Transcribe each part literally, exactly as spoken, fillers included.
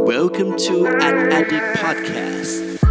Welcome to Ad Addict Podcast สวัสดีครับขอ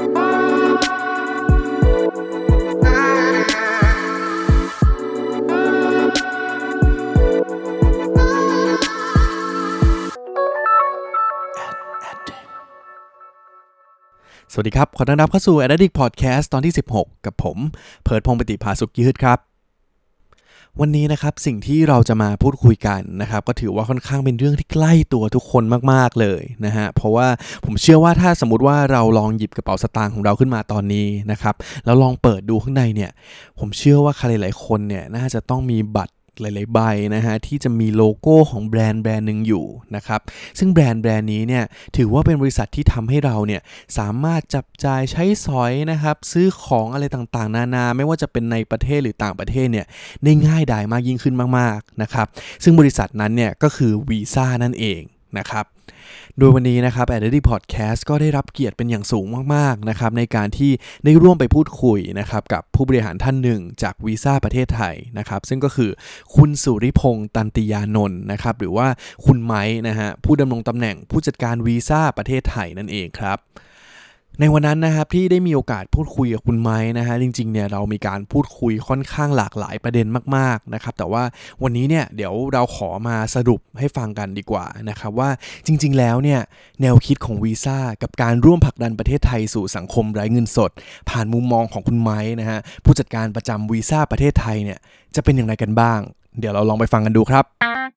ต้อนรับเข้าสู่ Ad Addict Podcast ตอนที่สิบหกกับผมเพิร์ทพงษ์ปฏิภาสุขยืดครับวันนี้นะครับสิ่งที่เราจะมาพูดคุยกันนะครับก็ถือว่าค่อนข้างเป็นเรื่องที่ใกล้ตัวทุกคนมากๆเลยนะฮะเพราะว่าผมเชื่อว่าถ้าสมมุติว่าเราลองหยิบกระเป๋าสตางค์ของเราขึ้นมาตอนนี้นะครับแล้วลองเปิดดูข้างในเนี่ยผมเชื่อว่าใครหลายๆคนเนี่ยน่าจะต้องมีบัตรหลายๆใบนะฮะที่จะมีโลโก้ของแบรนด์แบรนด์หนึ่งอยู่นะครับซึ่งแบรนด์แบรนด์นี้เนี่ยถือว่าเป็นบริษัทที่ทำให้เราเนี่ยสามารถจับจ่ายใช้สอยนะครับซื้อของอะไรต่างๆนานาไม่ว่าจะเป็นในประเทศหรือต่างประเทศเนี่ยได้ง่ายดายมากยิ่งขึ้นมากๆนะครับซึ่งบริษัทนั้นเนี่ยก็คือ Visa นั่นเองนะครับโดยวันนี้นะครับ Ad Addict Podcast ก็ได้รับเกียรติเป็นอย่างสูงมากๆนะครับในการที่ได้ร่วมไปพูดคุยนะครับกับผู้บริหารท่านหนึ่งจาก Visa ประเทศไทยนะครับซึ่งก็คือคุณสุริพงษ์ตันติยานนท์นะครับหรือว่าคุณไม้นะฮะผู้ดำรงตำแหน่งผู้จัดการ Visa ประเทศไทยนั่นเองครับในวันนั้นนะครับที่ได้มีโอกาสพูดคุยกับคุณไม้นะฮะจริงๆเนี่ยเรามีการพูดคุยค่อนข้างหลากหลายประเด็นมากๆนะครับแต่ว่าวันนี้เนี่ยเดี๋ยวเราขอมาสรุปให้ฟังกันดีกว่านะครับว่าจริงๆแล้วเนี่ยแนวคิดของ Visa กับการร่วมผลักดันประเทศไทยสู่สังคมไร้เงินสดผ่านมุมมองของคุณไม้นะฮะผู้จัดการประจำ Visa ประเทศไทยเนี่ยจะเป็นอย่างไรกันบ้างเดี๋ยวเราลองไปฟังกันดูครับ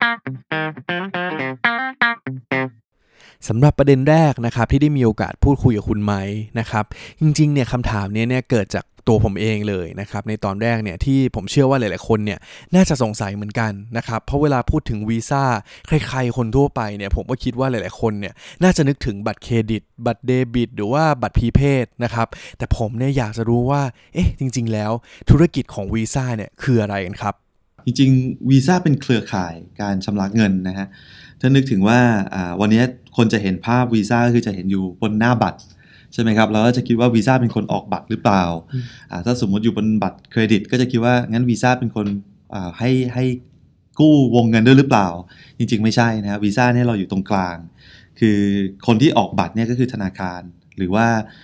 สำหรับประเด็นแรกนะครับที่ได้มีโอกาสพูดคุยกับคุณไม้นะครับจริงๆเนี่ยคำถามนี้เนี่ยเกิดจากตัวผมเองเลยนะครับในตอนแรกเนี่ยที่ผมเชื่อว่าหลายๆคนเนี่ยน่าจะสงสัยเหมือนกันนะครับเพราะเวลาพูดถึงวีซ่าใครๆคนทั่วไปเนี่ยผมก็คิดว่าหลายๆคนเนี่ยน่าจะนึกถึงบัตรเครดิตบัตรเดบิตหรือว่าบัตรพรีเพดนะครับแต่ผมเนี่ยอยากจะรู้ว่าเอ๊ะจริงๆแล้วธุรกิจของวีซ่าเนี่ยคืออะไรกันครับจริงๆ Visa เป็นเครือข่ายการชำระเงินนะฮะถ้านึกถึงว่าวันนี้คนจะเห็นภาพ Visa ก็คือจะเห็นอยู่บนหน้าบัตรใช่ไหมครับแล้วก็จะคิดว่า Visa เป็นคนออกบัตรหรือเปล่าถ้าสมมติอยู่บนบัตรเครดิตก็จะคิดว่างั้น Visa เป็นคนให้ให้กู้วงเงินด้วยหรือเปล่าจริงๆไม่ใช่นะฮะ Visa เนี่ยเราอยู่ตรงกลางคือคนที่ออกบัตรเนี่ยก็คือธนาคารหรือว่า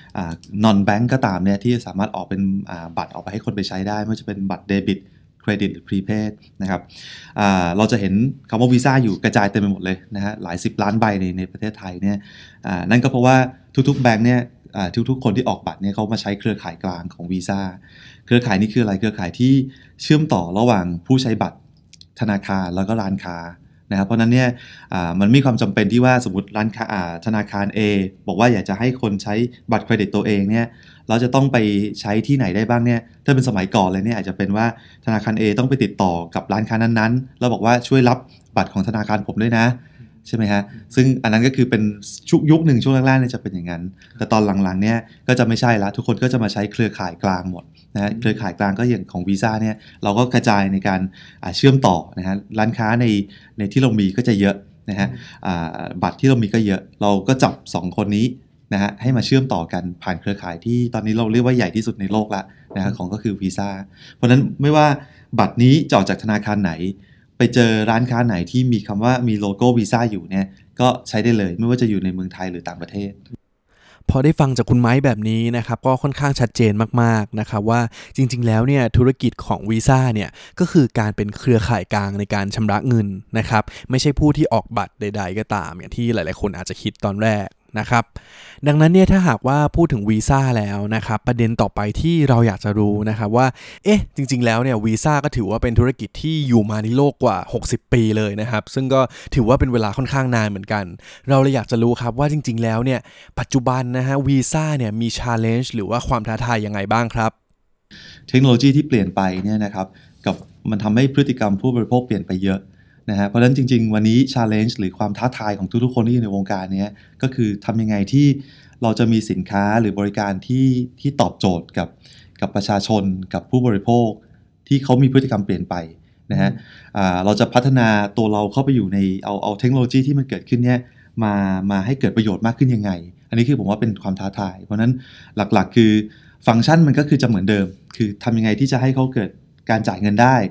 non bank ก็ตามเนี่ยที่สามารถออกเป็นบัตรออกไปให้คนไปใช้ได้ไม่ว่าจะเป็นบัตรเดบิตเครดิตหรือพรีเพดนะครับเราจะเห็นคำว่าวีซ่าอยู่กระจายเต็มไปหมดเลยนะฮะหลายสิบล้านใบในในประเทศไทยเนี่ยนั่นก็เพราะว่าทุกๆแบงค์เนี่ยทุกๆคนที่ออกบัตรเนี่ยเขามาใช้เครือข่ายกลางของวีซ่าเครือข่ายนี้คืออะไรเครือข่ายที่เชื่อมต่อระหว่างผู้ใช้บัตรธนาคารแล้วก็ร้านค้านะครับเพราะนั้นเนี่ยมันมีความจำเป็นที่ว่าสมมติร้านค้าธนาคาร A บอกว่าอยากจะให้คนใช้บัตรเครดิตตัวเองเนี่ยเราจะต้องไปใช้ที่ไหนได้บ้างเนี่ยถ้าเป็นสมัยก่อนเลยเนี่ยอาจจะเป็นว่าธนาคาร A ต้องไปติดต่อกับร้านค้านั้นๆแล้วบอกว่าช่วยรับบัตรของธนาคารผมด้วยนะใช่ไหมฮะซึ่งอันนั้นก็คือเป็นชุกยุคหนึ่งช่วงแรกๆเนี่ยจะเป็นอย่างนั้นแต่ตอนหลังๆเนี่ยก็จะไม่ใช่ละทุกคนก็จะมาใช้เครือข่ายกลางหมดนะเครือข่ายกลางก็อย่างของ Visa เนี่ยเราก็กระจายในการเชื่อมต่อนะฮะร้านค้าในในที่เรามีก็จะเยอะนะฮะบัตรที่เรามีก็เยอะเราก็จับสองคนนี้นะฮะให้มาเชื่อมต่อกันผ่านเครือข่ายที่ตอนนี้เราเรียกว่าใหญ่ที่สุดในโลกละนะฮะของก็คือ Visa เพราะนั้นไม่ว่าบัตรนี้จะออกจากธนาคารไหนไปเจอร้านค้าไหนที่มีคำว่ามีโลโก้ Visa อยู่เนี่ยก็ใช้ได้เลยไม่ว่าจะอยู่ในเมืองไทยหรือต่างประเทศพอได้ฟังจากคุณไม้แบบนี้นะครับก็ค่อนข้างชัดเจนมากๆนะครับว่าจริงๆแล้วเนี่ยธุรกิจของ Visa เนี่ยก็คือการเป็นเครือข่ายกลางในการชำระเงินนะครับไม่ใช่ผู้ที่ออกบัตรใดๆก็ตามอย่างที่หลายๆคนอาจจะคิดตอนแรกนะครับดังนั้นเนี่ยถ้าหากว่าพูดถึง Visa แล้วนะครับประเด็นต่อไปที่เราอยากจะรู้นะครับว่าเอ๊ะจริงๆแล้วเนี่ย Visa ก็ถือว่าเป็นธุรกิจที่อยู่มาในโลกกว่าหกสิบปีเลยนะครับซึ่งก็ถือว่าเป็นเวลาค่อนข้างนานเหมือนกันเราเลยอยากจะรู้ครับว่าจริงๆแล้วเนี่ยปัจจุบันนะฮะ Visa เนี่ยมี challenge หรือว่าความท้าทายยังไงบ้างครับเทคโนโลยีที่เปลี่ยนไปเนี่ยนะครับกับมันทำให้พฤติกรรมผู้บริโภคเปลี่ยนไปเยอะนะฮะเพราะฉะนั้นจริงๆวันนี้ challenge หรือความท้าทายของทุกๆคนที่อยู่ในวงการนี้ก็คือทำยังไงที่เราจะมีสินค้าหรือบริการที่ที่ตอบโจทย์กับกับประชาชนกับผู้บริโภคที่เขามีพฤติกรรมเปลี่ยนไปนะฮะเราจะพัฒนาตัวเราเข้าไปอยู่ในเอาเอาเทคโนโลยีที่มันเกิดขึ้นเนี่ยมามาให้เกิดประโยชน์มากขึ้นยังไงอันนี้คือผมว่าเป็นความท้าทายเพราะนั้นหลักๆคือฟังก์ชันมันก็คือจะเหมือนเดิมคือทำยังไงที่จะให้เขาเกิดการจ่ายเงินได้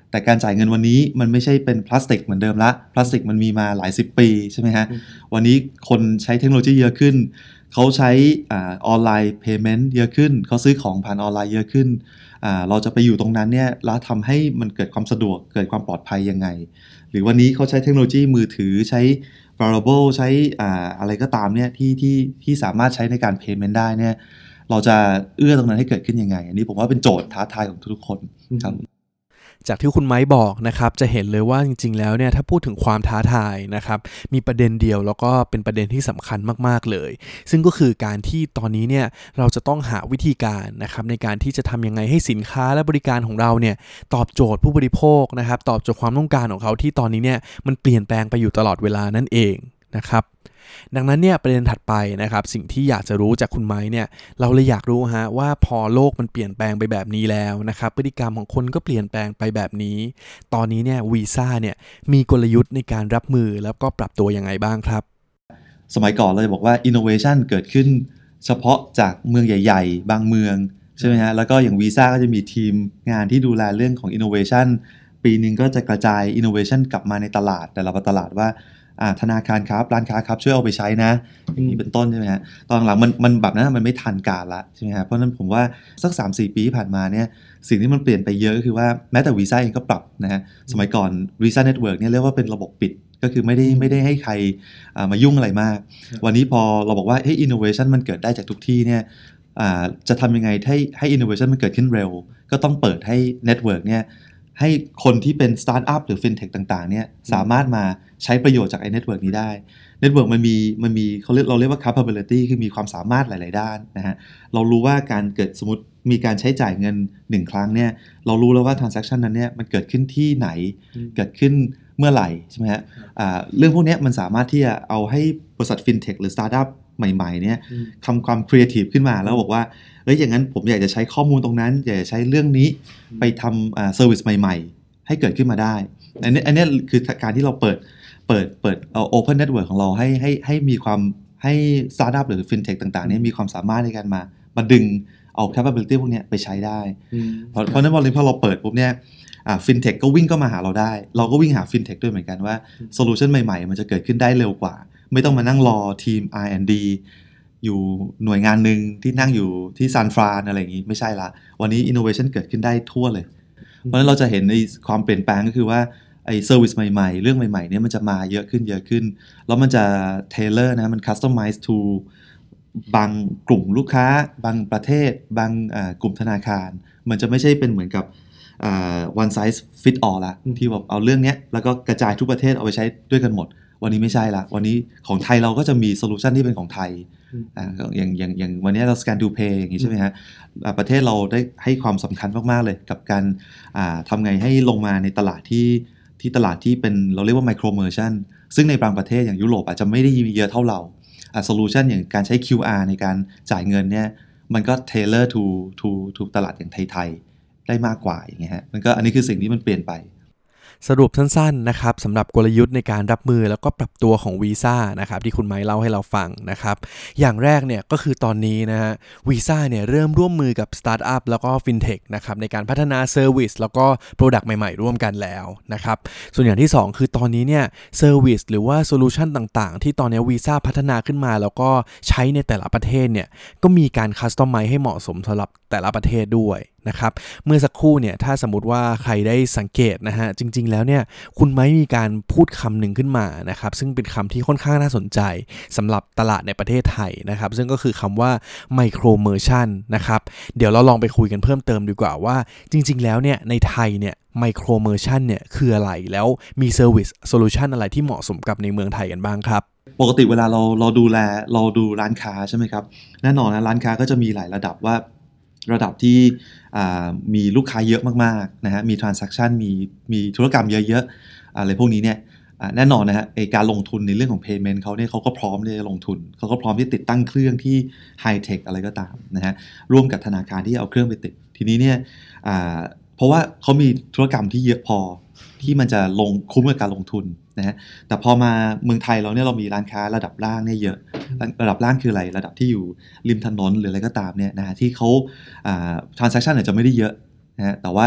แต่การจ่ายเงินวันนี้มันไม่ใช่เป็นพลาสติกเหมือนเดิมละพลาสติกมันมีมาหลายสิบปีใช่ไหมฮะวันนี้คนใช้เทคโนโลยีเยอะขึ้นเขาใช้อ่าออนไลน์เพย์เมนต์เยอะขึ้นเขาซื้อของผ่านออนไลน์เยอะขึ้นอ่าเราจะไปอยู่ตรงนั้นเนี่ยแล้วทำให้มันเกิดความสะดวกเกิดความปลอดภัยยังไงหรือวันนี้เขาใช้เทคโนโลยีมือถือใช้ wearable ใช้อ่าอะไรก็ตามเนี่ยที่ที่ที่สามารถใช้ในการ payment ได้เนี่ยเราจะเอื้อตรงนั้นให้เกิดขึ้นยังไงอันนี้ผมว่าเป็นโจทย์ท้าทายของทุกๆคนครับจากที่คุณไม้บอกนะครับจะเห็นเลยว่าจริงๆแล้วเนี่ยถ้าพูดถึงความท้าทายนะครับมีประเด็นเดียวแล้วก็เป็นประเด็นที่สำคัญมากๆเลยซึ่งก็คือการที่ตอนนี้เนี่ยเราจะต้องหาวิธีการนะครับในการที่จะทำยังไงให้สินค้าและบริการของเราเนี่ยตอบโจทย์ผู้บริโภคนะครับตอบโจทย์ความต้องการของเขาที่ตอนนี้เนี่ยมันเปลี่ยนแปลงไปอยู่ตลอดเวลานั่นเองนะครับดังนั้นเนี่ยประเด็นถัดไปนะครับสิ่งที่อยากจะรู้จากคุณไม้เนี่ยเราเลยอยากรู้ฮะว่าพอโลกมันเปลี่ยนแปลงไปแบบนี้แล้วนะครับพฤติกรรมของคนก็เปลี่ยนแปลงไปแบบนี้ตอนนี้เนี่ยวีซ่าเนี่ยมีกลยุทธ์ในการรับมือแล้วก็ปรับตัวยังไงบ้างครับสมัยก่อนเราจะบอกว่า innovation เกิดขึ้นเฉพาะจากเมืองใหญ่ๆบางเมืองใช่ไหมฮะแล้วก็อย่างวีซ่าก็จะมีทีมงานที่ดูแลเรื่องของ innovation ปีนึงก็จะกระจาย innovation กลับมาในตลาดแต่ละตลาดว่าธนาคารครับร้านค้าครับช่วยเอาไปใช้นะอย่างนี้เป็นต้นใช่ไหมฮะตอนหลังมันมันแบบนั้นมันไม่ทันการละใช่ไหมฮะเพราะนั้นผมว่าสัก สามถึงสี่ ปีที่ผ่านมาเนี่ยสิ่งที่มันเปลี่ยนไปเยอะก็คือว่าแม้แต่วีซ่าเองก็ปรับนะฮะสมัยก่อนวีซ่าเน็ตเวิร์กเนี่ยเรียกว่าเป็นระบบปิดก็คือไม่ได้ไม่ได้ให้ใครมายุ่งอะไรมากวันนี้พอเราบอกว่าเฮ้ย innovation มันเกิดได้จากทุกที่เนี่ยจะทำยังไงให้ให้ innovation มันเกิดขึ้นเร็วก็ต้องเปิดให้ network เนี่ยให้คนที่เป็นสตาร์ทอัพหรือฟินเทคต่างๆเนี่ยสามารถมาใช้ประโยชน์จากไอ้เน็ตเวิร์กนี้ได้เน็ตเวิร์กมันมีมันมีเขาเรียกเราเรียกว่า capability คือมีความสามารถหลายๆด้านนะฮะเรารู้ว่าการเกิดสมมติมีการใช้จ่ายเงินหนึ่งครั้งเนี่ยเรารู้แล้วว่า transaction นั้นเนี่ยมันเกิดขึ้นที่ไหนเกิดขึ้นเมื่อไหร่ใช่ไหมฮะเรื่องพวกนี้มันสามารถที่จะเอาให้บริษัทฟินเทคหรือสตาร์ทอัพใหม่ๆเนี่ยทำความครีเอทีฟขึ้นมาแล้วบอกว่าเอ้ยอย่างนั้นผมอยากจะใช้ข้อมูลตรงนั้นอยากจะใช้เรื่องนี้ไปทำเซอร์วิสใหม่ๆให้เกิดขึ้นมาได้อันนี้อันนี้คือการที่เราเปิดเปิดเปิดเอา Open Network ของเราให้ให้ให้มีความให้สตาร์ทอัพหรือฟินเทคต่างๆเนี่ยมีความสามารถในการมามาดึงเอา capability พวกนี้ไปใช้ได้เพราะเพราะนั้นพอเราเปิดปุ๊บเนี่ยฟินเทคก็วิ่งก็มาหาเราได้เราก็วิ่งหาฟินเทคด้วยเหมือนกันว่าโซลูชันใหม่ๆมันจะเกิดขึ้นได้เร็วกว่าไม่ต้องมานั่งรอทีม อาร์ แอนด์ ดี อยู่หน่วยงานหนึ่งที่นั่งอยู่ที่ซานฟรานอะไรอย่างนี้ไม่ใช่ละวันนี้ innovation เกิดขึ้นได้ทั่วเลยเพราะฉะนั้นเราจะเห็นในความเปลี่ยนแปลงก็คือว่าไอ้เซอร์วิสใหม่ๆเรื่องใหม่ๆเนี่ยมันจะมาเยอะขึ้นเยอะขึ้นแล้วมันจะ tailor นะมัน customize to บางกลุ่มลูกค้าบางประเทศบางกลุ่มธนาคารมันจะไม่ใช่เป็นเหมือนกับone size fit all ละที่แบบเอาเรื่องนี้แล้วก็กระจายทุกประเทศเอาไปใช้ด้วยกันหมดวันนี้ไม่ใช่ละวันนี้ของไทยเราก็จะมีโซลูชันที่เป็นของไทยอ่าอย่างอย่างอย่างวันนี้เรา scan to pay อย่างนี้ใช่ไหมฮะประเทศเราได้ให้ความสำคัญมากๆเลยกับการอ่าทำไงให้ลงมาในตลาดที่ที่ตลาดที่เป็นเราเรียกว่า micro merchant ซึ่งในบางประเทศอย่างยุโรปอาจจะไม่ได้มีเยอะเท่าเราอ่าโซลูชันอย่างการใช้ คิว อาร์ ในการจ่ายเงินเนี่ยมันก็ tailor to to to ตลาดอย่างไทยๆได้มากกว่าอย่างเงี้ยฮะมันก็อันนี้คือสิ่งที่มันเปลี่ยนไปสรุปสั้นๆนะครับสำหรับกลยุทธ์ในการรับมือแล้วก็ปรับตัวของวีซ่านะครับที่คุณไม้เล่าให้เราฟังนะครับอย่างแรกเนี่ยก็คือตอนนี้นะฮะวีซ่าเนี่ยเริ่มร่วมมือกับสตาร์ทอัพแล้วก็ฟินเทคนะครับในการพัฒนาเซอร์วิสแล้วก็โปรดักต์ใหม่ๆร่วมกันแล้วนะครับส่วนอย่างที่สองคือตอนนี้เนี่ยเซอร์วิสหรือว่าโซลูชันต่างๆที่ตอนนี้วีซ่าพัฒนาขึ้นมาแล้วก็ใช้ในแต่ละประเทศเนี่ยก็มีการคัสตอมไมซ์ให้เหมาะสมสำหรับแต่ละประเทศด้วยนะครับเมื่อสักครู่เนี่ยถ้าสมมติว่าใครได้สังเกตนะฮะจริงๆแล้วเนี่ยคุณไม้มีการพูดคำหนึ่งขึ้นมานะครับซึ่งเป็นคำที่ค่อนข้างน่าสนใจสำหรับตลาดในประเทศไทยนะครับซึ่งก็คือคำว่า micro merchant นะครับเดี๋ยวเราลองไปคุยกันเพิ่มเติมดีกว่าว่าจริงๆแล้วเนี่ยในไทยเนี่ย micro merchant เนี่ยคืออะไรแล้วมี service solution อะไรที่เหมาะสมกับในเมืองไทยกันบ้างครับปกติเวลาเราเราดูแลเราดูร้านค้าใช่ไหมครับแน่นอนนะร้านค้าก็จะมีหลายระดับว่าระดับที่มีลูกค้าเยอะมากๆนะฮะมี transaction มีมีธุรกรรมเยอะๆอะไรพวกนี้เนี่ยแน่นอนนะฮะการลงทุนในเรื่องของ payment เขาเนี่ยเขาก็พร้อมที่จะลงทุนเขาก็พร้อมที่ติดตั้งเครื่องที่ high tech อะไรก็ตามนะฮะร่วมกับธนาคารที่เอาเครื่องไปติดทีนี้เนี่ยเพราะว่าเขามีธุรกรรมที่เยอะพอที่มันจะลงคุ้มกับการลงทุนนะฮะแต่พอมาเมืองไทยเราเนี่ยเรามีร้านค้าระดับล่างเนี่ยเยอะระดับล่างคืออะไรระดับที่อยู่ริมถนนหรืออะไรก็ตามเนี่ยนะฮะที่เขาอ่า transaction อาจจะไม่ได้เยอะนะฮะแต่ว่า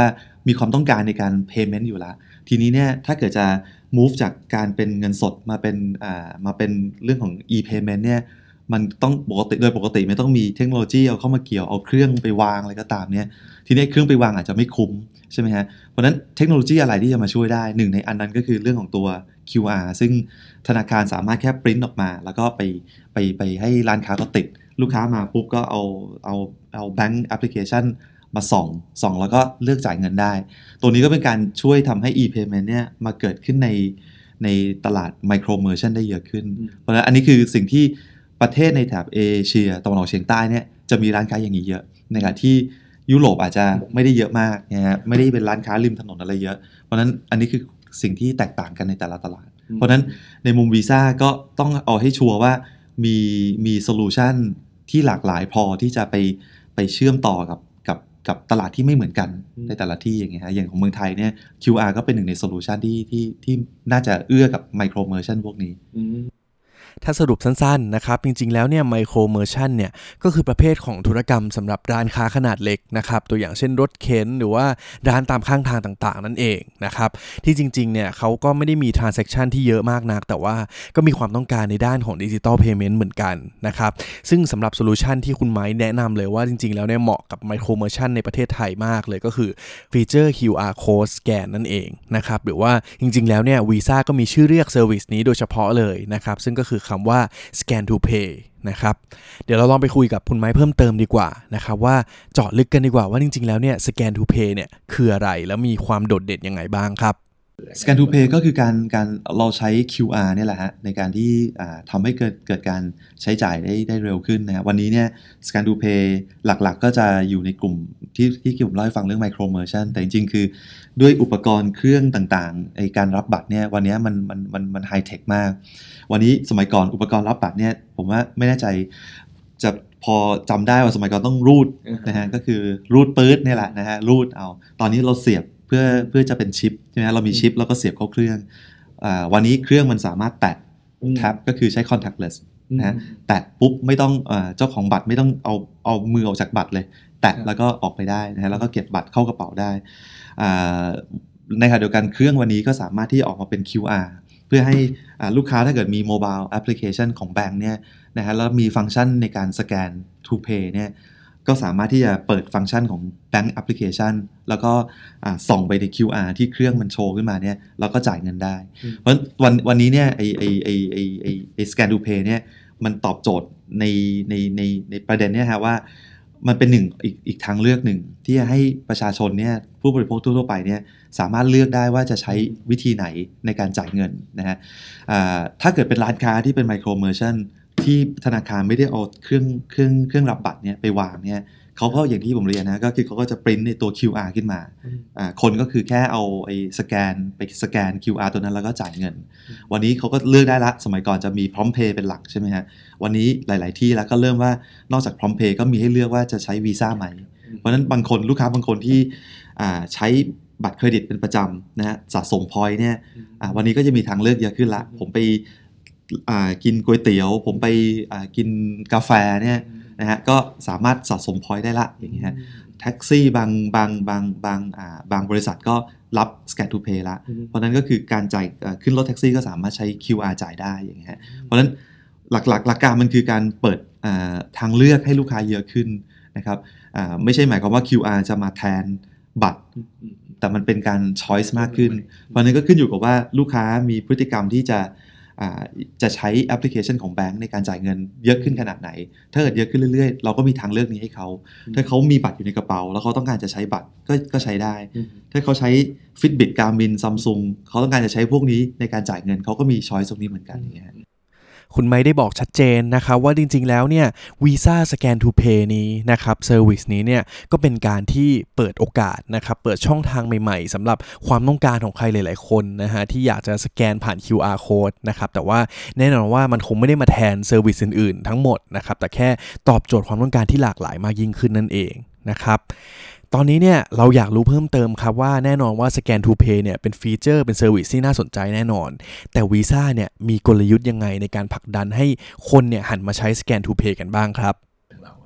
มีความต้องการในการ payment อยู่แล้วทีนี้เนี่ยถ้าเกิดจะ move จากการเป็นเงินสดมาเป็นอ่ามาเป็นเรื่องของ e-payment เนี่ยมันต้องปกติโดยปกติไม่ต้องมีเทคโนโลยีเอาเข้ามาเกี่ยวเอาเครื่องไปวางอะไรก็ตามเนี่ยทีนี้เครื่องไปวางอาจจะไม่คุ้มใช่ไหมฮะเพราะฉะนั้นเทคโนโลยีอะไรที่จะมาช่วยได้หนึ่งในอันนั้นก็คือเรื่องของตัว คิว อาร์ ซึ่งธนาคารสามารถแค่ปริ้นออกมาแล้วก็ไปไปไปให้ร้านค้าก็ติดลูกค้ามาปุ๊บก็เอาเอาเอาแบงก์แอปพลิเคชันมาส่องส่องแล้วก็เลือกจ่ายเงินได้ตัวนี้ก็เป็นการช่วยทำให้ e-payment เนี่ยมาเกิดขึ้นในในตลาด micro merchant ได้เยอะขึ้นเพราะฉะนั้นอันนี้คือสิ่งที่ประเทศในแถบเอเชียตะวันออกเฉียงใต้เนี่ยจะมีร้านค้าอย่างนี้เยอะในขณะที่ยุโรปอาจจะไม่ได้เยอะมากนะฮะไม่ได้เป็นร้านค้าริมถนนอะไรเยอะเพราะฉะนั้นอันนี้คือสิ่งที่แตกต่างกันในแต่ละตลาดเพราะฉะนั้นในมุมวีซ่าก็ต้องเอาให้ชัวร์ว่ามีมีโซลูชันที่หลากหลายพอที่จะไปไปเชื่อมต่อกับกับกับตลาดที่ไม่เหมือนกันในแต่ละที่อย่างเงี้ยฮะอย่างของเมืองไทยเนี่ย คิว อาร์ ก็เป็นหนึ่งในโซลูชันที่ที่ที่น่าจะเอื้อกับไมโครเมอร์ชันพวกนี้ถ้าสรุปสั้นๆนะครับจริงๆแล้วเนี่ยไมโครเมอร์ชันเนี่ยก็คือประเภทของธุรกรรมสำหรับร้านค้าขนาดเล็กนะครับตัวอย่างเช่นรถเข็นหรือว่าร้านตามข้างทางต่างๆนั่นเองนะครับที่จริงๆเนี่ยเขาก็ไม่ได้มีทรานแซคชันที่เยอะมากนักแต่ว่าก็มีความต้องการในด้านของดิจิทัลเพย์เมนต์เหมือนกันนะครับซึ่งสำหรับโซลูชันที่คุณไม้แนะนำเลยว่าจริงๆแล้วเนี่ยเหมาะกับไมโครเมอร์ชันในประเทศไทยมากเลยก็คือฟีเจอร์ คิว อาร์ Code Scan นั่นเองนะครับหรือว่าจริงๆแล้วเนี่ย Visa ก็มีชื่อเรียกเซอร์วิสนี้โดยเฉพาะเลยนะครับซึ่งก็คือคำว่า Scan to Pay นะครับเดี๋ยวเราลองไปคุยกับคุณไม้เพิ่มเติมดีกว่านะครับว่าเจาะลึกกันดีกว่าว่าจริงๆแล้วเนี่ย Scan to Pay เนี่ยคืออะไรแล้วมีความโดดเด่นยังไงบ้างครับ Scan to Pay ก็คือการการเราใช้ คิว อาร์ เนี่ยแหละฮะในการที่ทำให้เกิดเกิดการใช้จ่ายได้ได้เร็วขึ้นนะวันนี้เนี่ย Scan to Pay หลักๆก็จะอยู่ในกลุ่มที่ที่ผมเล่าให้ฟังเรื่อง Micro Merchant แต่จริงๆคือด้วยอุปกรณ์เครื่องต่างๆไอการรับบัตรเนี่ยวันนี้มันมันมันมันไฮเทคมากวันนี้สมัยก่อนอุปกรณ์รับบัตรเนี่ยผมว่าไม่แน่ใจจะพอจำได้ว่าสมัยก่อนต้องรูดนะฮะก็คือรูดปื๊ดเนี่ยแหละนะฮะรูดเอาตอนนี้เราเสียบเพื่อเพื่อจะเป็นชิปใช่ไหมเรามีชิปแล้วก็เสียบเข้าเครื่องอ่าวันนี้เครื่องมันสามารถแตะแท็บก็คือใช้ contactless นะฮะแตะปุ๊บไม่ต้องอ่าเจ้าของบัตรไม่ต้องเอาเอามือออกจากบัตรเลยแตะแล้วก็ออกไปได้นะฮะแล้วก็เก็บบัตรเข้ากระเป๋าได้อ่าในขณะเดียวกันเครื่องวันนี้ก็สามารถที่ออกมาเป็น คิว อาร์ เพื่อให้ลูกค้าถ้าเกิดมีโมบายแอปพลิเคชันของแบงค์เนี่ยนะฮะแล้วมีฟังก์ชันในการสแกน to pay เนี่ยก็สามารถที่จะเปิดฟังก์ชันของ Bank Application แล้วก็ส่องไปใน คิว อาร์ ที่เครื่องมันโชว์ขึ้นมาเนี่ยแล้วก็จ่ายเงินได้เพราะวันวันนี้เนี่ยไอไอไอไอไอไอ Scan to Pay เนี่ยมันตอบโจทย์ในในในในประเด็นเนี่ยฮะว่ามันเป็นหนึ่งอีกอีกทางเลือกหนึ่งที่จะให้ประชาชนเนี่ยผู้บริโภคทั่วไปเนี่ยสามารถเลือกได้ว่าจะใช้วิธีไหนในการจ่ายเงินนะฮะถ้าเกิดเป็นร้านค้าที่เป็นไมโครเมอร์ชันที่ธนาคารไม่ได้เอาเครื่องเครื่องเครื่องรับบัตรเนี่ยไปวางเนี่ยเขาก็อย่างที่ผมเรียนนะก็คือเขาก็จะปริ้นในตัว คิว อาร์ ขึ้นมาคนก็คือแค่เอาไอ้สแกนไปสแกน คิว อาร์ ตัวนั้นแล้วก็จ่ายเงินวันนี้เขาก็เลือกได้ละสมัยก่อนจะมีพร้อมเพย์เป็นหลักใช่ไหมฮะวันนี้หลายๆที่แล้วก็เริ่มว่านอกจากพร้อมเพย์ก็มีให้เลือกว่าจะใช้วีซ่าไหมเพราะฉะนั้นบางคนลูกค้าบางคนที่ใช้บัตรเครดิตเป็นประจำนะฮะสะสมพอยต์เนี่ยวันนี้ก็จะมีทางเลือกเยอะขึ้นละผมไปกินก๋วยเตี๋ยวผมไปกินกาแฟเนี่ยนะฮะก็สามารถสะสมพอยต์ได้ละอย่างเงี้ยแท็กซี่บางบางบางบางบางบริษัทก็รับ Scan to Pay ละเพราะนั้นก็คือการจ่ายขึ้นรถแท็กซี่ก็สามารถใช้ คิว อาร์ จ่ายได้อย่างเงี้ยเพราะนั้นหลักๆหลักการมันคือการเปิดทางเลือกให้ลูกค้าเยอะขึ้นนะครับไม่ใช่หมายความว่า คิว อาร์ จะมาแทนบัตรแต่มันเป็นการ choice มากขึ้นเพราะนั้นก็ขึ้นอยู่กับว่าลูกค้ามีพฤติกรรมที่จะจะใช้แอปพลิเคชันของแบงค์ในการจ่ายเงินเยอะขึ้นขนาดไหนถ้าเกิดเยอะขึ้นเรื่อยๆเราก็มีทางเลือกนี้ให้เขาถ้าเขามีบัตรอยู่ในกระเป๋าแล้วเขาต้องการจะใช้บัตรก็ก็ใช้ได้ถ้าเขาใช้ Fitbit Garmin Samsung เขาต้องการจะใช้พวกนี้ในการจ่ายเงินเขาก็มี choice ตรงนี้เหมือนกันอย่างเงี้ยคุณไม่ได้บอกชัดเจนนะครับว่าจริงๆแล้วเนี่ย Visa Scan to Pay นี้นะครับเซอร์วิสนี้เนี่ยก็เป็นการที่เปิดโอกาสนะครับเปิดช่องทางใหม่ๆสำหรับความต้องการของใครหลายๆคนนะฮะที่อยากจะสแกนผ่าน คิว อาร์ Code นะครับแต่ว่าแน่นอนว่ามันคงไม่ได้มาแทนเซอร์วิสอื่นๆทั้งหมดนะครับแต่แค่ตอบโจทย์ความต้องการที่หลากหลายมากยิ่งขึ้นนั่นเองนะครับตอนนี้เนี่ยเราอยากรู้เพิ่มเติมครับว่าแน่นอนว่า Scan to Pay เนี่ยเป็นฟีเจอร์เป็นเซอร์วิสที่น่าสนใจแน่นอนแต่ Visa เนี่ยมีกลยุทธ์ยังไงในการผลักดันให้คนเนี่ยหันมาใช้ Scan to Pay กันบ้างครับ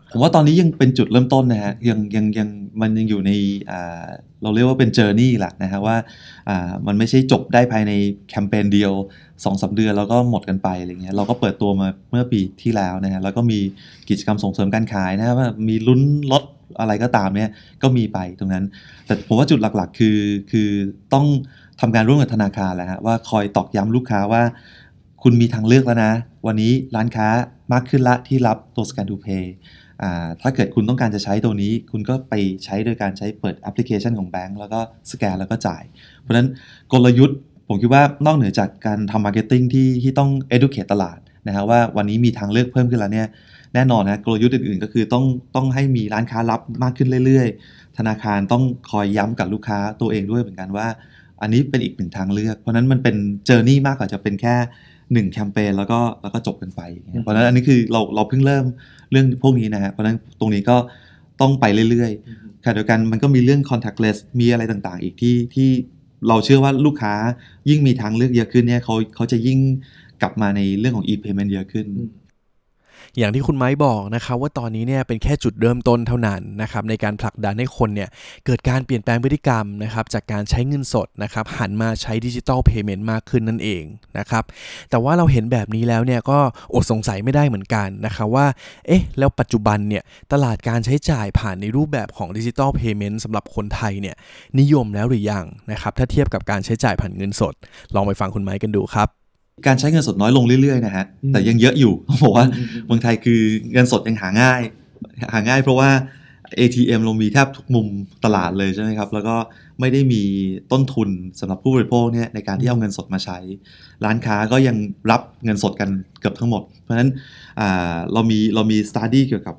ผมว่าตอนนี้ยังเป็นจุดเริ่มต้นนะฮะยังยังยังมันยังอยู่ในอ่าเราเรียกว่าเป็นเจอร์นี่แหละนะฮะว่าอ่ามันไม่ใช่จบได้ภายในแคมเปญเดียว สองถึงสาม เดือนแล้วก็หมดกันไปอะไรเงี้ยเราก็เปิดตัวมาเมื่อปีที่แล้วนะฮะแล้วก็มีกิจกรรมส่งเสริมการขายนะว่ามีลุ้นลดอะไรก็ตามเนี่ยก็มีไปตรงนั้นแต่ผมว่าจุดหลักๆคือคือต้องทำการร่วมกับธนาคารแหละฮะว่าคอยตอกย้ำลูกค้าว่าคุณมีทางเลือกแล้วนะวันนี้ร้านค้ามากขึ้นละที่รับตัว Scan to Pay อ่าถ้าเกิดคุณต้องการจะใช้ตัวนี้คุณก็ไปใช้โดยการใช้เปิดแอปพลิเคชันของแบงก์แล้วก็สแกนแล้วก็จ่ายเพราะฉะนั้นกลยุทธ์ผมคิดว่านอกเหนือจากการทำมาร์เก็ตติ้งที่ที่ต้อง educate ตลาดนะฮะว่าวันนี้มีทางเลือกเพิ่มขึ้นแล้วเนี่ยแน่นอนนะกลยุทธ์อื่นๆก็คือต้องต้องให้มีร้านค้ารับมากขึ้นเรื่อยๆธนาคารต้องคอยย้ำกับลูกค้าตัวเองด้วยเหมือนกันว่าอันนี้เป็นอีกหนึ่งทางเลือกเพราะนั้นมันเป็นเจอร์นี่มากกว่าจะเป็นแค่หนึ่งแคมเปญแล้วก็แล้วก็จบกันไปเพราะนั้นอันนี้คือเราเราเพิ่งเริ่มเรื่องพวกนี้นะฮะเพราะนั้นตรงนี้ก็ต้องไปเรื่อยๆขณะเดียวกันมันก็มีเรื่อง contactless มีอะไรต่างๆอีกที่ที่เราเชื่อว่าลูกค้ายิ่งมีทางเลือกเยอะขึ้นเนี่ยเขาเขาจะยิ่งกลับมาในเรื่องของ e-payment เยอะขึ้นอย่างที่คุณไม้บอกนะครับว่าตอนนี้เนี่ยเป็นแค่จุดเริ่มต้นเท่านั้นนะครับในการผลักดันให้คนเนี่ยเกิดการเปลี่ยนแปลงพฤติกรรมนะครับจากการใช้เงินสดนะครับหันมาใช้ดิจิทัลเพย์เมนต์มากขึ้นนั่นเองนะครับแต่ว่าเราเห็นแบบนี้แล้วเนี่ยก็อดสงสัยไม่ได้เหมือนกันนะครับว่าเอ๊ะแล้วปัจจุบันเนี่ยตลาดการใช้จ่ายผ่านในรูปแบบของดิจิทัลเพย์เมนต์สำหรับคนไทยเนี่ยนิยมแล้วหรือยังนะครับถ้าเทียบกับการใช้จ่ายผ่านเงินสดลองไปฟังคุณไม้กันดูครับการใช้เงินสดน้อยลงเรื่อยๆนะฮะแต่ยังเยอะอยู่ต้องบอกว่าเมืองไทยคือเงินสดยังหาง่ายหาง่ายเพราะว่า เอ ที เอ็ม เรามีแทบทุกมุมตลาดเลยใช่ไหมครับแล้วก็ไม่ได้มีต้นทุนสำหรับผู้บริโภคเนี่ยในการที่เอาเงินสดมาใช้ร้านค้าก็ยังรับเงินสดกันเกือบทั้งหมดเพราะฉะนั้นเรามีเรามี study เกี่ยวกับ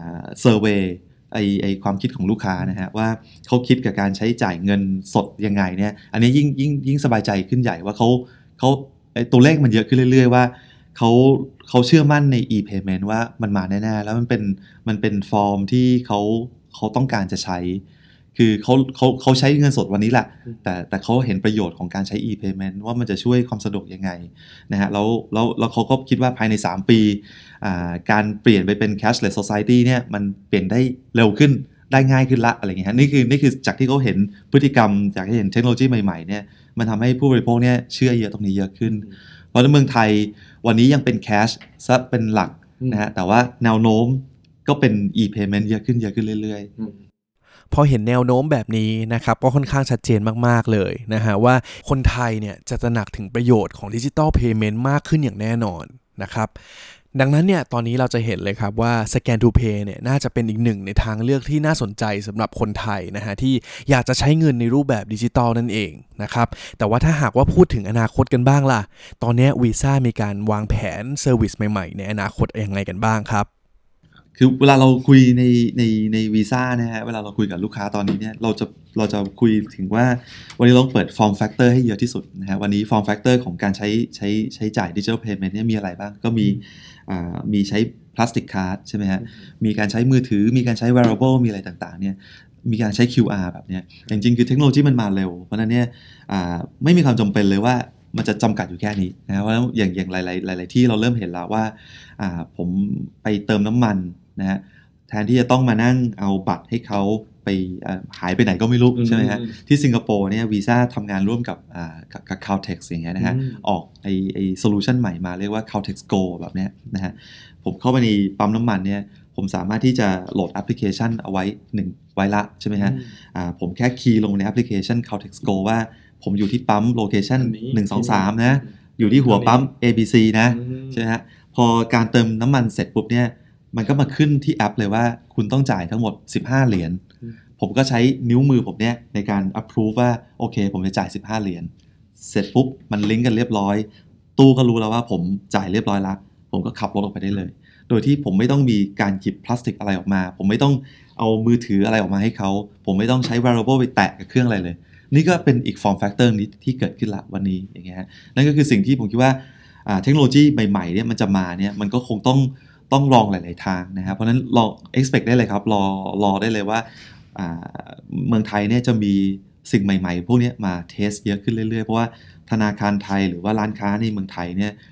survey ไอไอความคิดของลูกค้านะฮะว่าเขาคิดกับการใช้จ่ายเงินสดยังไงเนี่ยอันนี้ยิ่งยิ่งยิ่งสบายใจขึ้นใหญ่ว่าเขาเขาตัวเลขมันเยอะขึ้นเรื่อยๆว่าเขาเขาเชื่อมั่นใน e-payment ว่ามันมาแน่ๆแล้วมันเป็นมันเป็นฟอร์มที่เขาเขาต้องการจะใช้คือเขาเขาเขาใช้เงินสดวันนี้แหละแต่แต่เขาเห็นประโยชน์ของการใช้ e-payment ว่ามันจะช่วยความสะดวกยังไงนะฮะแล้วแล้วแล้วเขาก็คิดว่าภายในสามปีอ่าการเปลี่ยนไปเป็น cashless society เนี่ยมันเปลี่ยนได้เร็วขึ้นได้ง่ายขึ้นละอะไรอย่างเงี้ยนี่คือนี่คือจากที่เขาเห็นพฤติกรรมจากที่เห็นเทคโนโลยีใหม่ๆเนี่ยมันทำให้ผู้บริโภคเนี่ยเชื่อเยอะตรงนี้เยอะขึ้นเพราะในเมืองไทยวันนี้ยังเป็นแคชซะเป็นหลักนะฮะแต่ว่าแนวโน้มก็เป็น e-payment เยอะขึ้นเยอะขึ้นเรื่อยๆพอเห็นแนวโน้มแบบนี้นะครับก็ค่อนข้างชัดเจนมากๆเลยนะฮะว่าคนไทยเนี่ยจะตระหนักถึงประโยชน์ของดิจิทัลเพย์เมนต์มากขึ้นอย่างแน่นอนนะครับดังนั้นเนี่ยตอนนี้เราจะเห็นเลยครับว่า Scan to Pay เนี่ยน่าจะเป็นอีกหนึ่งในทางเลือกที่น่าสนใจสำหรับคนไทยนะฮะที่อยากจะใช้เงินในรูปแบบดิจิทัลนั่นเองนะครับแต่ว่าถ้าหากว่าพูดถึงอนาคตกันบ้างล่ะตอนนี้ Visa มีการวางแผนเซอร์วิสใหม่ๆในอนาคตยังไงกันบ้างครับคือเวลาเราคุยในในในวีซ่านะฮะเวลาเราคุยกับลูกค้าตอนนี้เนี่ยเราจะเราจะคุยถึงว่าวันนี้เราเปิด form factor ให้เยอะที่สุดนะฮะวันนี้ form factor ของการใช้ใช้ใช้จ่าย digital payment เนี่ยมีอะไรบ้างก็มีอ่ามีใช้พลาสติกการ์ดใช่ไหมฮะมีการใช้มือถือมีการใช้ wearable มีอะไรต่างๆเนี่ยมีการใช้ คิว อาร์ แบบเนี้ยจริงๆคือเทคโนโลยีมันมาเร็วเพราะนั้นเนี่ยอ่าไม่มีความจำเป็นเลยว่ามันจะจำกัดอยู่แค่นี้นะเพราะอย่างอย่างหลายๆหลายๆที่เราเริ่มเห็นแล้วว่าอ่าผมไปเติมน้ำมันนะฮะแทนที่จะต้องมานั่งเอาบัตรให้เขาไปหายไปไหนก็ไม่รู้ใช่ไหมฮะที่สิงคโปร์เนี่ยวีซ่าทำงานร่วมกับกับ Caltex อย่างเงี้ยนะฮะออกไอไอโซลูชันใหม่มาเรียกว่า Caltex Go แบบเนี้ยนะฮะผมเข้าไปในปั๊มน้ำมันเนี่ยผมสามารถที่จะโหลดแอปพลิเคชันเอาไว้หนึ่งไว้ละใช่ไหมฮะผมแค่คีย์ลงในแอปพลิเคชัน Caltex Go ว่าผมอยู่ที่ปั๊มโลเคชันหนึ่ง สอง สามนะอยู่ที่หัวปั๊ม เอ บี ซี นะใช่ไหมฮะพอการเติมน้ำมันเสร็จปุ๊บเนี่ยมันก็มาขึ้นที่แอปเลยว่าคุณต้องจ่ายทั้งหมดสิบห้าเหรียญผมก็ใช้นิ้วมือผมเนี่ยในการ approve ว่าโอเคผมจะจ่ายสิบห้าเหรียญเสร็จปุ๊บมันลิงก์กันเรียบร้อยตู้ก็รู้แล้วว่าผมจ่ายเรียบร้อยละผมก็ขับรถออกไปได้เลยโดยที่ผมไม่ต้องมีการหยิบพลาสติกอะไรออกมาผมไม่ต้องเอามือถืออะไรออกมาให้เขาผมไม่ต้องใช้ wearable ไปแตะกับเครื่องอะไรเลยนี่ก็เป็นอีก form factor นี้ที่เกิดขึ้นละวันนี้อย่างเงี้ยนั่นก็คือสิ่งที่ผมคิดว่าเทคโนโลยีใหม่ๆเนี่ยมันจะมาเนี่ยมันก็คงต้องต้องลองหลายๆทางนะครับเพราะฉะนั้นลอง expect ได้เลยครับรอรอได้เลยว่าเมืองไทยเนี่ยจะมีสิ่งใหม่ๆพวกนี้มาเทสเยอะขึ้นเรื่อยๆเพราะว่าธนาคารไทยหรือว่าร้านค้าในเมืองไทยเนี่ย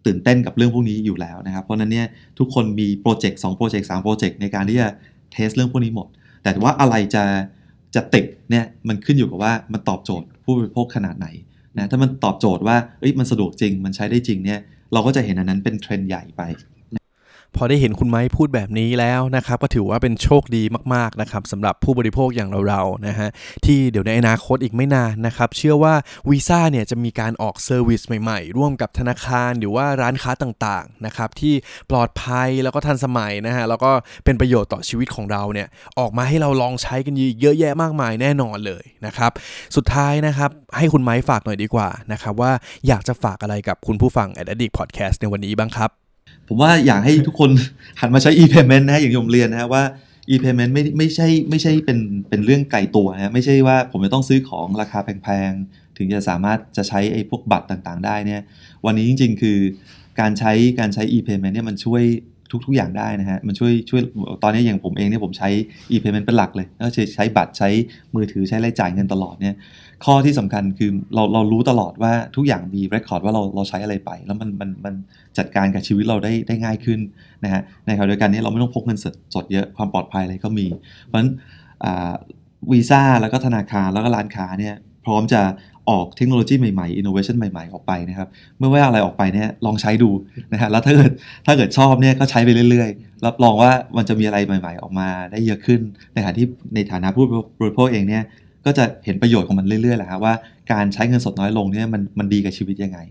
ตื่นเต้นกับเรื่องพวกนี้อยู่แล้วนะครับเพราะนั้นเนี่ยทุกคนมีโปรเจกต์สองโปรเจกต์สามโปรเจกต์ในการที่จะเทสเรื่องพวกนี้หมดแต่ว่าอะไรจะจะติดเนี่ยมันขึ้นอยู่กับว่ามันตอบโจทย์ผู้บริโภคขนาดไหนนะถ้ามันตอบโจทย์ว่าเอ้ยมันสะดวกจริงมันใช้ได้จริงเนี่ยเราก็จะเห็นอันนั้นเป็นเทรนด์ใหญ่ไปพอได้เห็นคุณไม้พูดแบบนี้แล้วนะครับก็ถือว่าเป็นโชคดีมากๆนะครับสำหรับผู้บริโภคอย่างเราๆนะฮะที่เดี๋ยวในอนาคตอีกไม่นานนะครับเชื่อว่าวีซ่าเนี่ยจะมีการออกเซอร์วิสใหม่ๆร่วมกับธนาคารหรือว่าร้านค้าต่างๆนะครับที่ปลอดภัยแล้วก็ทันสมัยนะฮะแล้วก็เป็นประโยชน์ต่อชีวิตของเราเนี่ยออกมาให้เราลองใช้กันเยอะแยะมากมายแน่นอนเลยนะครับสุดท้ายนะครับให้คุณไม้ฝากหน่อยดีกว่านะครับว่าอยากจะฝากอะไรกับคุณผู้ฟัง Addict Podcast ในวันนี้บ้างครับผมว่าอยากให้ทุกคนหันมาใช้ e-payment นะอย่างที่ผมเรียนนะว่า e-payment ไม่ไม่ใช่ไม่ใช่เป็นเป็นเรื่องไกลตัวนะไม่ใช่ว่าผมจะต้องซื้อของราคาแพงๆถึงจะสามารถจะใช้ไอ้พวกบัตรต่างๆได้เนี่ยวันนี้จริงๆคือการใช้การใช้ e-payment เนี่ยมันช่วยทุกๆอย่างได้นะฮะมันช่วยช่วยตอนนี้อย่างผมเองเนี่ยผมใช้ e-payment เป็นหลักเลยก็ใช้ใช้บัตรใช้มือถือใช้รายจ่ายเงินตลอดเนี่ยข้อที่สำคัญคือเราเรารู้ตลอดว่าทุกอย่างมี record ว่าเราเราใช้อะไรไปแล้วมันมันมันจัดการกับชีวิตเราได้ได้ง่ายขึ้นนะฮะในขณะเดียวกันนี้เราไม่ต้องพกเงินสดสดเยอะความปลอดภัยอะไรก็มีเพราะฉะนั้นวีซ่าแล้วก็ธนาคารแล้วก็ร้านค้าเนี่ยพร้อมจะออกเทคโนโลยีใหม่ๆ innovation ใหม่ๆออกไปนะครับเมื่อว่าอะไรออกไปเนี่ยลองใช้ดูนะฮะแล้วถ้าเกิดถ้าเกิดชอบเนี่ยก็ใช้ไปเรื่อยๆรับรองว่ามันจะมีอะไรใหม่ๆออกมาได้เยอะขึ้นในฐานะที่ในฐานะผู้บริโภคเองเนี่ยก็จะเห็นประโยชน์ของมันเรื่อยๆแหละครับว่าการใช้เงินสดน้อยลงเนี่ยมันมันดีกับชีวิตยังไง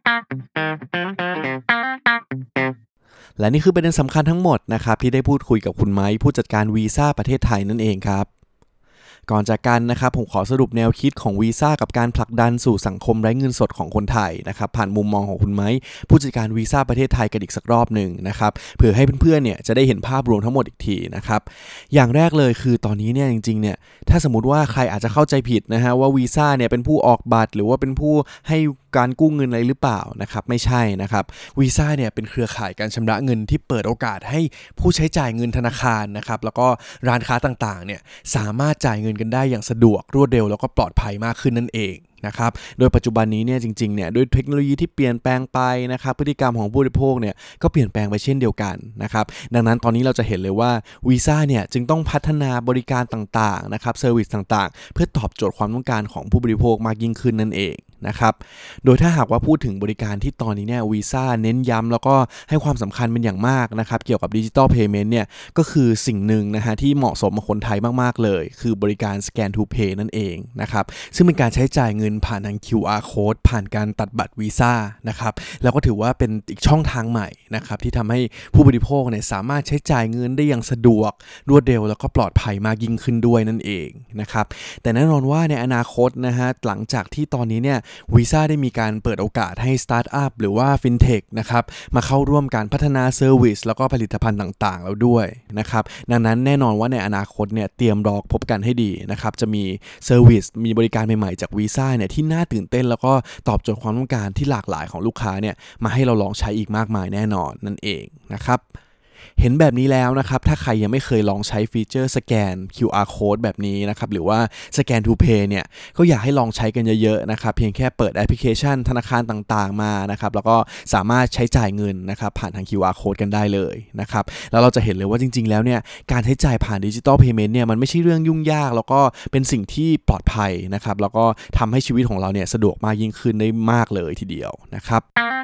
และนี่คือประเด็นสำคัญทั้งหมดนะครับที่ได้พูดคุยกับคุณไม้ผู้จัดการวีซ่าประเทศไทยนั่นเองครับก่อนจากกันนะครับผมขอสรุปแนวคิดของวีซ่ากับการผลักดันสู่สังคมไร้เงินสดของคนไทยนะครับผ่านมุมมองของคุณไม้ผู้จัดการวีซ่าประเทศไทยกันอีกสักรอบหนึ่งนะครับเพื่อให้เพื่อนๆเนี่ยจะได้เห็นภาพรวมทั้งหมดอีกทีนะครับอย่างแรกเลยคือตอนนี้เนี่ยจริงๆเนี่ยถ้าสมมติว่าใครอาจจะเข้าใจผิดนะฮะว่าวีซ่าเนี่ยเป็นผู้ออกบัตรหรือว่าเป็นผู้ให้การกู้เงินอะไรหรือเปล่านะครับไม่ใช่นะครับวีซ่าเนี่ยเป็นเครือข่ายการชำระเงินที่เปิดโอกาสให้ผู้ใช้จ่ายเงินธนาคารนะครับแล้วก็ร้านค้าต่างๆเนี่ยสามารถจ่ายเงินกันได้อย่างสะดวกรวดเร็วแล้วก็ปลอดภัยมากขึ้นนั่นเองนะครับโดยปัจจุบันนี้เนี่ยจริงๆเนี่ยด้วยเทคโนโลยีที่เปลี่ยนแปลงไปนะครับพฤติกรรมของผู้บริโภคเนี่ยก็เปลี่ยนแปลงไปเช่นเดียวกันนะครับดังนั้นตอนนี้เราจะเห็นเลยว่าวีซ่าเนี่ยจึงต้องพัฒนาบริการต่างๆนะครับเซอร์วิสต่างๆเพื่อตอบโจทย์ความต้องการของผู้บริโภคมากยิ่งขึ้นนั่นเองนะครับโดยถ้าหากว่าพูดถึงบริการที่ตอนนี้เนี่ยวีซ่าเน้นย้ำแล้วก็ให้ความสำคัญเป็นอย่างมากนะครับเกี่ยวกับดิจิทัลเพย์เมนต์เนี่ยก็คือสิ่งหนึ่งนะฮะที่เหมาะสมกับคนไทยมากๆเลยคือบริการ Scan to Pay นั่นเองนะครับซึ่งเป็นการใช้จ่ายเงินผ่านทาง คิว อาร์ Code ผ่านการตัดบัตรวีซ่านะครับแล้วก็ถือว่าเป็นอีกช่องทางใหม่นะครับที่ทำให้ผู้บริโภคเนี่ยสามารถใช้จ่ายเงินได้อย่างสะดวกรวดเร็วแล้วก็ปลอดภัยมากยิ่งขึ้นด้วยนั่นเองนะครับแต่แน่นอนว่าในอนาคตนะฮะหลังจากที่ตอนนี้เนี่ยวีซ่าได้มีการเปิดโอกาสให้สตาร์ทอัพหรือว่าฟินเทคนะครับมาเข้าร่วมการพัฒนาเซอร์วิสแล้วก็ผลิตภัณฑ์ต่างๆแล้วด้วยนะครับดังนั้นแน่นอนว่าในอนาคตเนี่ยเตรียมรอพบกันให้ดีนะครับจะมีเซอร์วิสมีบริการใหม่ๆจากวีซ่าเนี่ยที่น่าตื่นเต้นแล้วก็ตอบโจทย์ความต้องการที่หลากหลายของลูกค้าเนี่ยมาให้เราลองใช้อีกมากมายแน่นอนนั่นเองนะครับเห็นแบบนี้แล้วนะครับถ้าใครยังไม่เคยลองใช้ฟีเจอร์สแกน คิว อาร์ Code แบบนี้นะครับหรือว่า Scan to Pay เนี่ยก็อยากให้ลองใช้กันเยอะๆนะครับเพียงแค่เปิดแอปพลิเคชันธนาคารต่างๆมานะครับแล้วก็สามารถใช้จ่ายเงินนะครับผ่านทาง คิว อาร์ Code กันได้เลยนะครับแล้วเราจะเห็นเลยว่าจริงๆแล้วเนี่ยการใช้จ่ายผ่านดิจิทัลเพย์เมนต์เนี่ยมันไม่ใช่เรื่องยุ่งยากแล้วก็เป็นสิ่งที่ปลอดภัยนะครับแล้วก็ทำให้ชีวิตของเราเนี่ยสะดวกมากยิ่งขึ้นได้มากเลยทีเดียวนะครับ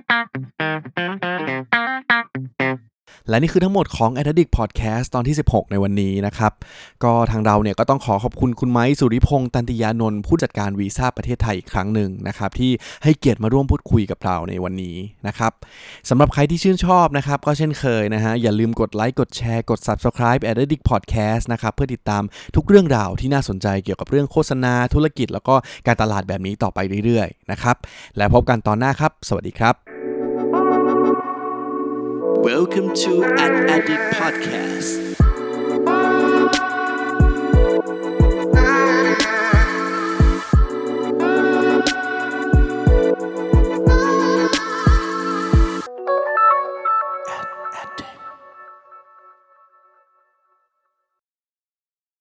และนี่คือทั้งหมดของ Addict Podcast ตอนที่สิบหกในวันนี้นะครับก็ทางเราเนี่ยก็ต้องขอขอบคุณคุณไม้สุริพงษ์ตันติยานนท์ผู้จัดการวีซ่าประเทศไทยอีกครั้งหนึ่งนะครับที่ให้เกียรติมาร่วมพูดคุยกับเราในวันนี้นะครับสำหรับใครที่ชื่นชอบนะครับก็เช่นเคยนะฮะอย่าลืมกดไลค์กดแชร์กด Subscribe Addict Podcast นะครับเพื่อติดตามทุกเรื่องราวที่น่าสนใจเกี่ยวกับเรื่องโฆษณาธุรกิจแล้วก็การตลาดแบบนี้ต่อไปเรื่อยๆนะครับและพบกันตอนหน้าครับสวัสดีครับ Welcome to an Addict Podcast